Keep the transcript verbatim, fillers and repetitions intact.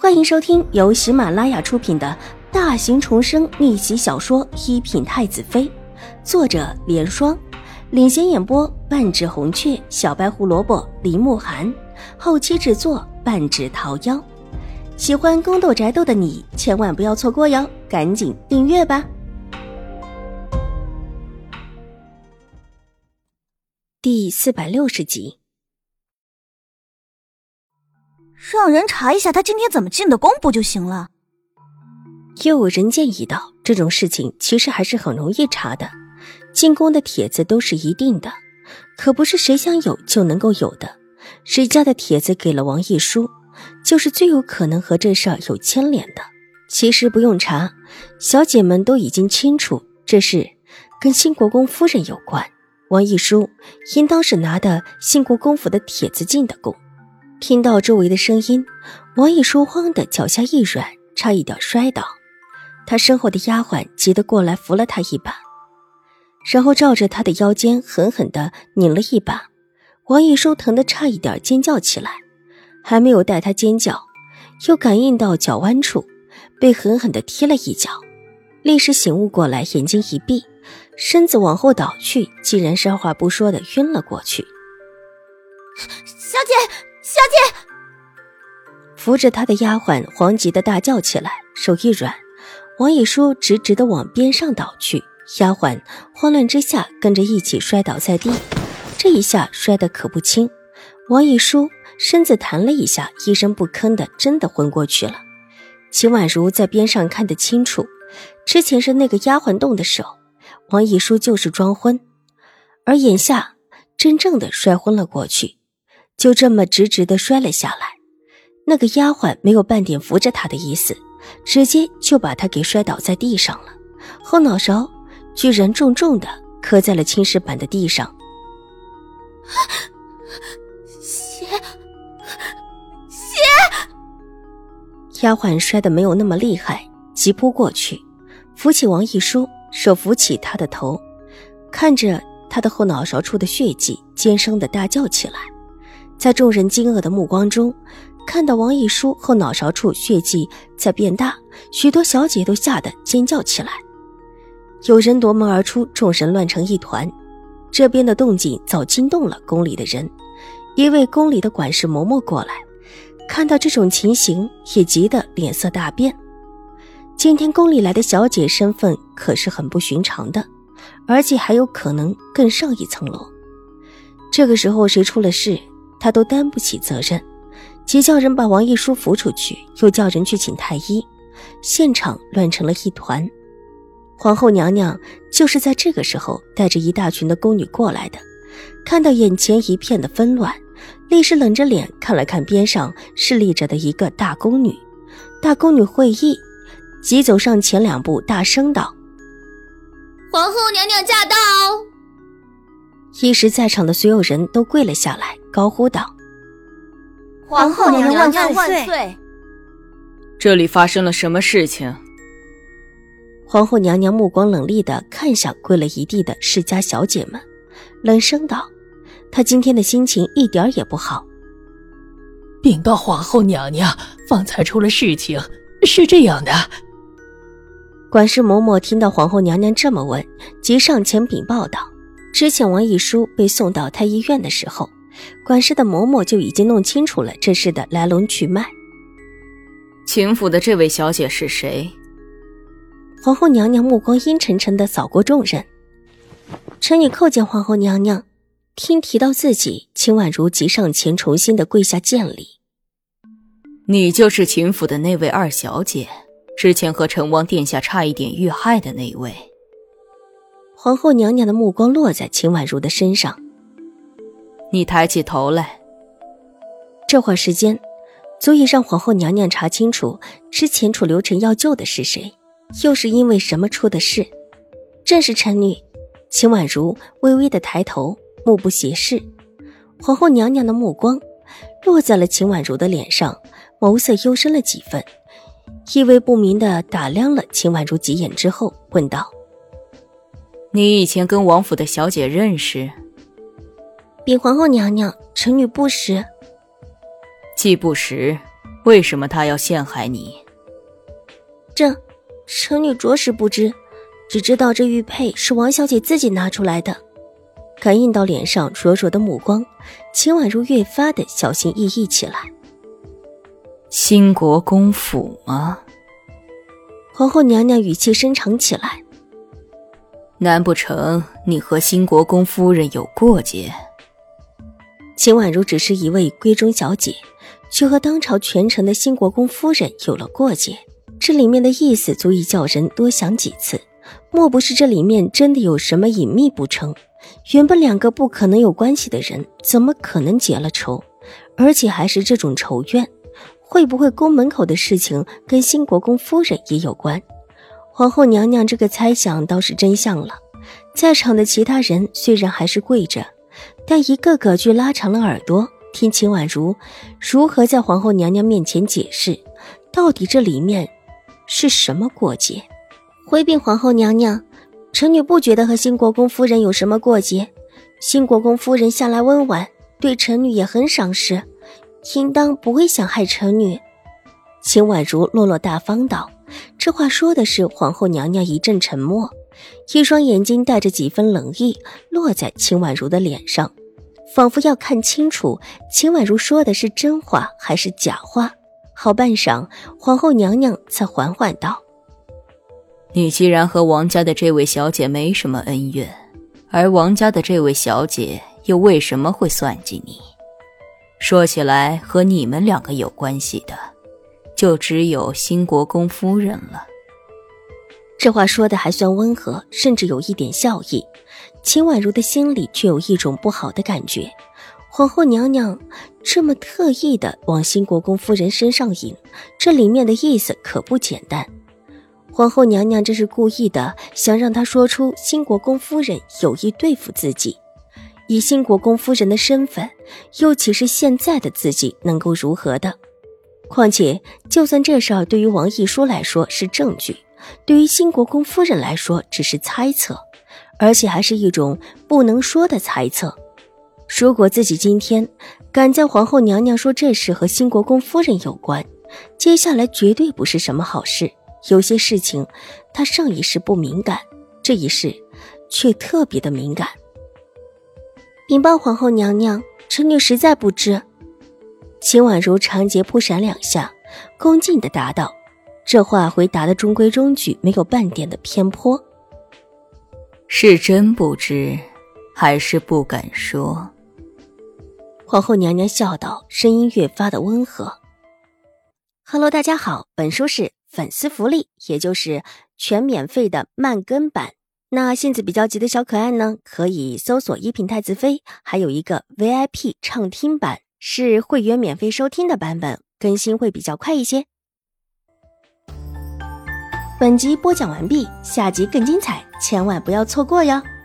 欢迎收听由喜马拉雅出品的大型重生逆袭小说《一品太子妃》，作者莲霜，领衔演播半指红雀、小白胡萝卜、林慕寒，后期制作半指桃夭。喜欢宫斗宅斗的你千万不要错过哟，赶紧订阅吧。第四百六十集。 让人查一下他今天怎么进的宫不就行了？ 又有人建议道，这种事情其实还是很容易查的，进宫的帖子都是一定的，可不是谁想有就能够有的。谁家的帖子给了王一书，就是最有可能和这事儿有牵连的。其实不用查，小姐们都已经清楚，这事跟新国公夫人有关。王一书应当是拿的新国公府的帖子进的宫。听到周围的声音，王一书慌的脚下一软，差一点摔倒。他身后的丫鬟急得过来扶了他一把，然后照着他的腰间狠狠地拧了一把。王一书疼得差一点尖叫起来，还没有待他尖叫，又感应到脚弯处被狠狠地踢了一脚，立时醒悟过来，眼睛一闭，身子往后倒去，竟然是二话不说的晕了过去。 小姐，小姐！ 扶着他的丫鬟黄急的大叫起来，手一软，王一书直直的往边上倒去，丫鬟慌乱之下跟着一起摔倒在地，这一下摔得可不轻。王一书身子弹了一下，一声不吭的真的昏过去了。秦婉如在边上看得清楚，之前是那个丫鬟动的手，王一书就是装昏，而眼下真正的摔昏了过去，就这么直直的摔了下来。那个丫鬟没有半点扶着他的意思，直接就把他给摔倒在地上了，后脑勺居然重重的磕在了青石板的地上。 血血！ 丫鬟摔得没有那么厉害，急扑过去扶起王一书，手扶起他的头，看着他的后脑勺处的血迹，尖声的大叫起来。在众人惊愕的目光中，看到王一书后脑勺处血迹在变大，许多小姐都吓得尖叫起来。有人夺门而出，众人乱成一团。这边的动静早惊动了宫里的人，一位宫里的管事嬷嬷过来，看到这种情形也急得脸色大变。今天宫里来的小姐身份可是很不寻常的，而且还有可能更上一层楼。这个时候谁出了事，她都担不起责任，即叫人把王一书扶出去，又叫人去请太医，现场乱成了一团。皇后娘娘就是在这个时候带着一大群的宫女过来的，看到眼前一片的纷乱，立时冷着脸看了看边上侍立着的一个大宫女。大宫女会意，急走上前两步，大声道： 皇后娘娘驾到！ 一时在场的所有人都跪了下来，高呼道： 皇后娘娘万万岁！ 这里发生了什么事情？ 皇后娘娘目光冷厉地看向跪了一地的世家小姐们，冷声道：她今天的心情一点也不好。 禀告皇后娘娘，方才出了事情，是这样的。 管事嬷嬷听到皇后娘娘这么问，即上前禀报道：之前王一书被送到太医院的时候，管事的嬷嬷就已经弄清楚了这事的来龙去脉。 秦府的这位小姐是谁？ 皇后娘娘目光阴沉沉地扫过众人。臣女叩见皇后娘娘。听提到自己，秦婉如急上前重新的跪下见礼。 你就是秦府的那位二小姐，之前和成王殿下差一点遇害的那位。 皇后娘娘的目光落在秦婉如的身上。 你抬起头来。 这会儿时间足以让皇后娘娘查清楚之前楚留臣要救的是谁，又是因为什么出的事。正是臣女。秦婉如微微的抬头，目不斜视。皇后娘娘的目光落在了秦婉如的脸上，眸色幽深了几分，意味不明地打量了秦婉如几眼之后问道： 你以前跟王府的小姐认识？ 禀皇后娘娘，臣女不识。 既不识， 为什么他要陷害你？ 这臣女着实不知，只知道这玉佩是王小姐自己拿出来的。感应到脸上灼灼的目光，秦婉如越发的小心翼翼起来。 兴国公府吗？ 皇后娘娘语气深长起来。 难不成你和兴国公夫人有过节？ 秦婉如只是一位闺中小姐，却和当朝权臣的兴国公夫人有了过节，这里面的意思足以叫人多想几次。莫不是这里面真的有什么隐秘不成？原本两个不可能有关系的人，怎么可能结了仇？而且还是这种仇怨？会不会宫门口的事情跟兴国公夫人也有关？皇后娘娘这个猜想倒是真相了。在场的其他人虽然还是跪着，但一个个却拉长了耳朵，听秦婉如如何在皇后娘娘面前解释，到底这里面是什么过节。回禀皇后娘娘，臣女不觉得和兴国公夫人有什么过节。兴国公夫人向来温婉，对臣女也很赏识，应当不会想害臣女。秦婉如落落大方道。这话说的是皇后娘娘一阵沉默，一双眼睛带着几分冷意落在秦婉如的脸上，仿佛要看清楚秦婉如说的是真话还是假话。好半晌，皇后娘娘才缓缓道： 你既然和王家的这位小姐没什么恩怨，而王家的这位小姐又为什么会算计你？说起来和你们两个有关系的就只有兴国公夫人了。 这话说的还算温和，甚至有一点笑意。秦婉如的心里却有一种不好的感觉。皇后娘娘这么特意的往兴国公夫人身上引，这里面的意思可不简单。皇后娘娘这是故意的，想让她说出兴国公夫人有意对付自己。以兴国公夫人的身份，又岂是现在的自己能够如何的？况且就算这事儿对于王一书来说是证据，对于兴国公夫人来说只是猜测，而且还是一种不能说的猜测。如果自己今天敢在皇后娘娘说这事和兴国公夫人有关，接下来绝对不是什么好事。有些事情她上一世不敏感，这一世却特别的敏感。禀报皇后娘娘，臣女实在不知。秦婉如长睫扑闪两下，恭敬地答道，这话回答的中规中矩，没有半点的偏颇。 是真不知，还是不敢说？ 皇后娘娘笑道，声音越发的温和。Hello， 大家好，本书是粉丝福利，也就是全免费的慢更版。那性子比较急的小可爱呢，可以搜索一品太子妃，还有一个 V I P 畅听版，是会员免费收听的版本，更新会比较快一些。本集播讲完毕，下集更精彩，千万不要错过哟。